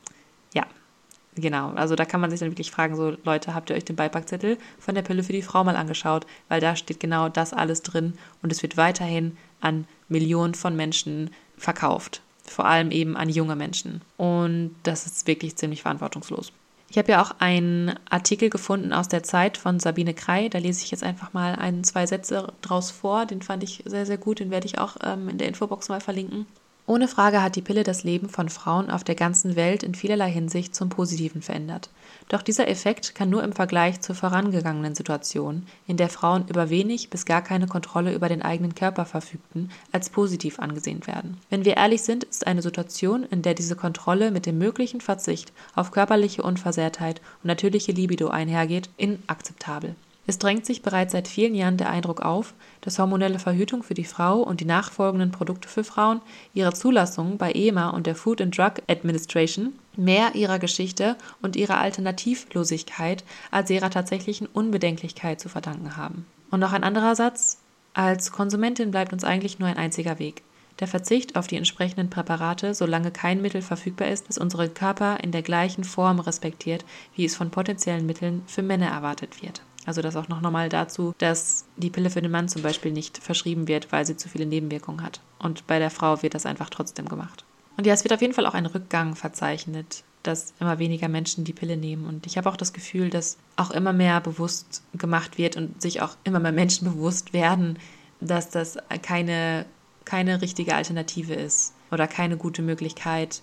S1: Ja, genau, also da kann man sich dann wirklich fragen, so Leute, habt ihr euch den Beipackzettel von der Pille für die Frau mal angeschaut? Weil da steht genau das alles drin und es wird weiterhin an Millionen von Menschen verkauft. Vor allem eben an junge Menschen. Und das ist wirklich ziemlich verantwortungslos. Ich habe ja auch einen Artikel gefunden aus der Zeit von Sabine Krei. Da lese ich jetzt einfach mal ein, zwei Sätze draus vor. Den fand ich sehr, sehr gut. Den werde ich auch ähm, in der Infobox mal verlinken. Ohne Frage hat die Pille das Leben von Frauen auf der ganzen Welt in vielerlei Hinsicht zum Positiven verändert. Doch dieser Effekt kann nur im Vergleich zur vorangegangenen Situation, in der Frauen über wenig bis gar keine Kontrolle über den eigenen Körper verfügten, als positiv angesehen werden. Wenn wir ehrlich sind, ist eine Situation, in der diese Kontrolle mit dem möglichen Verzicht auf körperliche Unversehrtheit und natürliche Libido einhergeht, inakzeptabel. Es drängt sich bereits seit vielen Jahren der Eindruck auf, dass hormonelle Verhütung für die Frau und die nachfolgenden Produkte für Frauen ihre Zulassung bei E M A und der Food and Drug Administration mehr ihrer Geschichte und ihrer Alternativlosigkeit als ihrer tatsächlichen Unbedenklichkeit zu verdanken haben. Und noch ein anderer Satz: Als Konsumentin bleibt uns eigentlich nur ein einziger Weg. Der Verzicht auf die entsprechenden Präparate, solange kein Mittel verfügbar ist, das unseren Körper in der gleichen Form respektiert, wie es von potenziellen Mitteln für Männer erwartet wird. Also das auch noch nochmal dazu, dass die Pille für den Mann zum Beispiel nicht verschrieben wird, weil sie zu viele Nebenwirkungen hat. Und bei der Frau wird das einfach trotzdem gemacht. Und ja, es wird auf jeden Fall auch ein Rückgang verzeichnet, dass immer weniger Menschen die Pille nehmen. Und ich habe auch das Gefühl, dass auch immer mehr bewusst gemacht wird und sich auch immer mehr Menschen bewusst werden, dass das keine keine richtige Alternative ist oder keine gute Möglichkeit,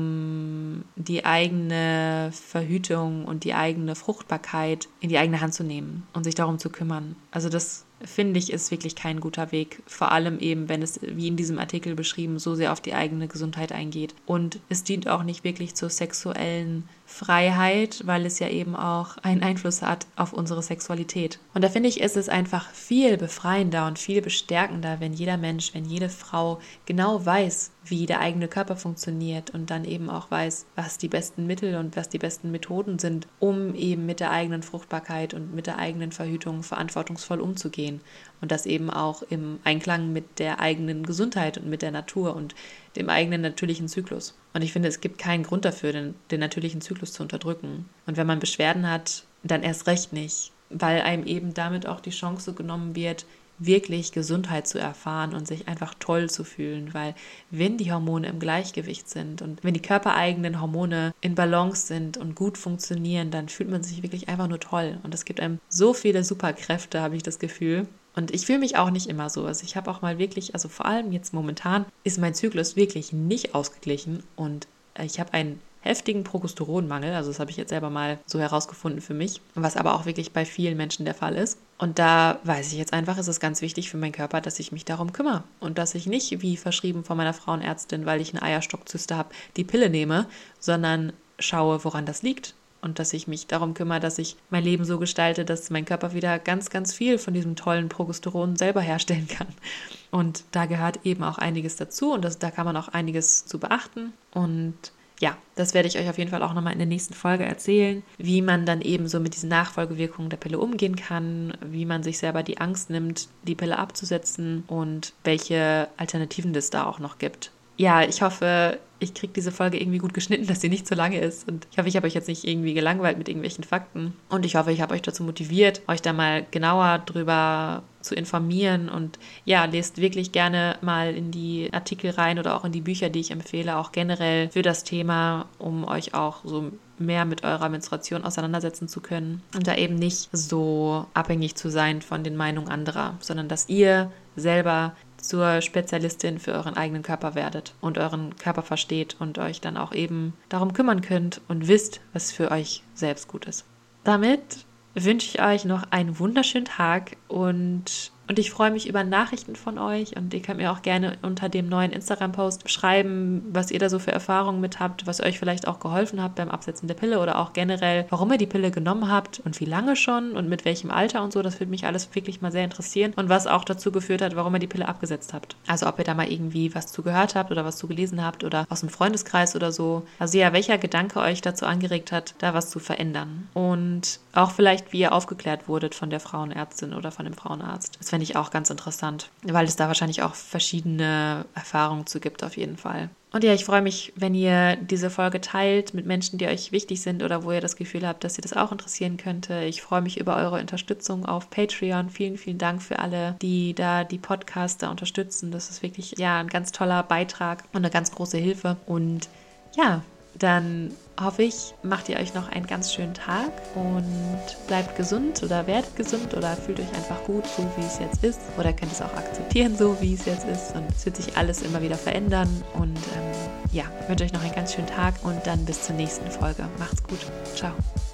S1: um die eigene Verhütung und die eigene Fruchtbarkeit in die eigene Hand zu nehmen und sich darum zu kümmern. Also das finde ich, ist wirklich kein guter Weg. Vor allem eben, wenn es, wie in diesem Artikel beschrieben, so sehr auf die eigene Gesundheit eingeht. Und es dient auch nicht wirklich zur sexuellen Freiheit, weil es ja eben auch einen Einfluss hat auf unsere Sexualität. Und da finde ich, ist es einfach viel befreiender und viel bestärkender, wenn jeder Mensch, wenn jede Frau genau weiß, wie der eigene Körper funktioniert und dann eben auch weiß, was die besten Mittel und was die besten Methoden sind, um eben mit der eigenen Fruchtbarkeit und mit der eigenen Verhütung verantwortungsvoll umzugehen. Und das eben auch im Einklang mit der eigenen Gesundheit und mit der Natur und dem eigenen natürlichen Zyklus. Und ich finde, es gibt keinen Grund dafür, den, den natürlichen Zyklus zu unterdrücken. Und wenn man Beschwerden hat, dann erst recht nicht, weil einem eben damit auch die Chance genommen wird, wirklich Gesundheit zu erfahren und sich einfach toll zu fühlen, weil wenn die Hormone im Gleichgewicht sind und wenn die körpereigenen Hormone in Balance sind und gut funktionieren, dann fühlt man sich wirklich einfach nur toll und es gibt einem so viele Superkräfte, habe ich das Gefühl. Und ich fühle mich auch nicht immer so. Also ich habe auch mal wirklich, also vor allem jetzt momentan, ist mein Zyklus wirklich nicht ausgeglichen und ich habe einen heftigen Progesteronmangel, also das habe ich jetzt selber mal so herausgefunden für mich, was aber auch wirklich bei vielen Menschen der Fall ist. Und da weiß ich jetzt einfach, ist es ganz wichtig für meinen Körper, dass ich mich darum kümmere und dass ich nicht, wie verschrieben von meiner Frauenärztin, weil ich eine Eierstockzyste habe, die Pille nehme, sondern schaue, woran das liegt. Und dass ich mich darum kümmere, dass ich mein Leben so gestalte, dass mein Körper wieder ganz, ganz viel von diesem tollen Progesteron selber herstellen kann. Und da gehört eben auch einiges dazu und das, da kann man auch einiges zu beachten. Und ja, das werde ich euch auf jeden Fall auch nochmal in der nächsten Folge erzählen, wie man dann eben so mit diesen Nachfolgewirkungen der Pille umgehen kann, wie man sich selber die Angst nimmt, die Pille abzusetzen und welche Alternativen es da auch noch gibt. Ja, ich hoffe, ich kriege diese Folge irgendwie gut geschnitten, dass sie nicht zu lange ist. Und ich hoffe, ich habe euch jetzt nicht irgendwie gelangweilt mit irgendwelchen Fakten. Und ich hoffe, ich habe euch dazu motiviert, euch da mal genauer drüber zu informieren. Und ja, lest wirklich gerne mal in die Artikel rein oder auch in die Bücher, die ich empfehle, auch generell für das Thema, um euch auch so mehr mit eurer Menstruation auseinandersetzen zu können. Und da eben nicht so abhängig zu sein von den Meinungen anderer, sondern dass ihr selber zur Spezialistin für euren eigenen Körper werdet und euren Körper versteht und euch dann auch eben darum kümmern könnt und wisst, was für euch selbst gut ist. Damit wünsche ich euch noch einen wunderschönen Tag und, und ich freue mich über Nachrichten von euch und ihr könnt mir auch gerne unter dem neuen Instagram-Post schreiben, was ihr da so für Erfahrungen mit habt, was euch vielleicht auch geholfen hat beim Absetzen der Pille oder auch generell, warum ihr die Pille genommen habt und wie lange schon und mit welchem Alter und so. Das würde mich alles wirklich mal sehr interessieren und was auch dazu geführt hat, warum ihr die Pille abgesetzt habt. Also ob ihr da mal irgendwie was zu gehört habt oder was zu gelesen habt oder aus dem Freundeskreis oder so. Also ja, welcher Gedanke euch dazu angeregt hat, da was zu verändern. Und auch vielleicht, wie ihr aufgeklärt wurdet von der Frauenärztin oder von dem Frauenarzt. Das fände ich auch ganz interessant, weil es da wahrscheinlich auch verschiedene Erfahrungen zu gibt auf jeden Fall. Und ja, ich freue mich, wenn ihr diese Folge teilt mit Menschen, die euch wichtig sind oder wo ihr das Gefühl habt, dass ihr das auch interessieren könnte. Ich freue mich über eure Unterstützung auf Patreon. Vielen, vielen Dank für alle, die da die Podcaster unterstützen. Das ist wirklich ja ein ganz toller Beitrag und eine ganz große Hilfe. Und ja, dann hoffe ich, macht ihr euch noch einen ganz schönen Tag und bleibt gesund oder werdet gesund oder fühlt euch einfach gut, so wie es jetzt ist. Oder könnt es auch akzeptieren, so wie es jetzt ist. Und es wird sich alles immer wieder verändern. Und ähm, ja, ich wünsche euch noch einen ganz schönen Tag und dann bis zur nächsten Folge. Macht's gut. Ciao.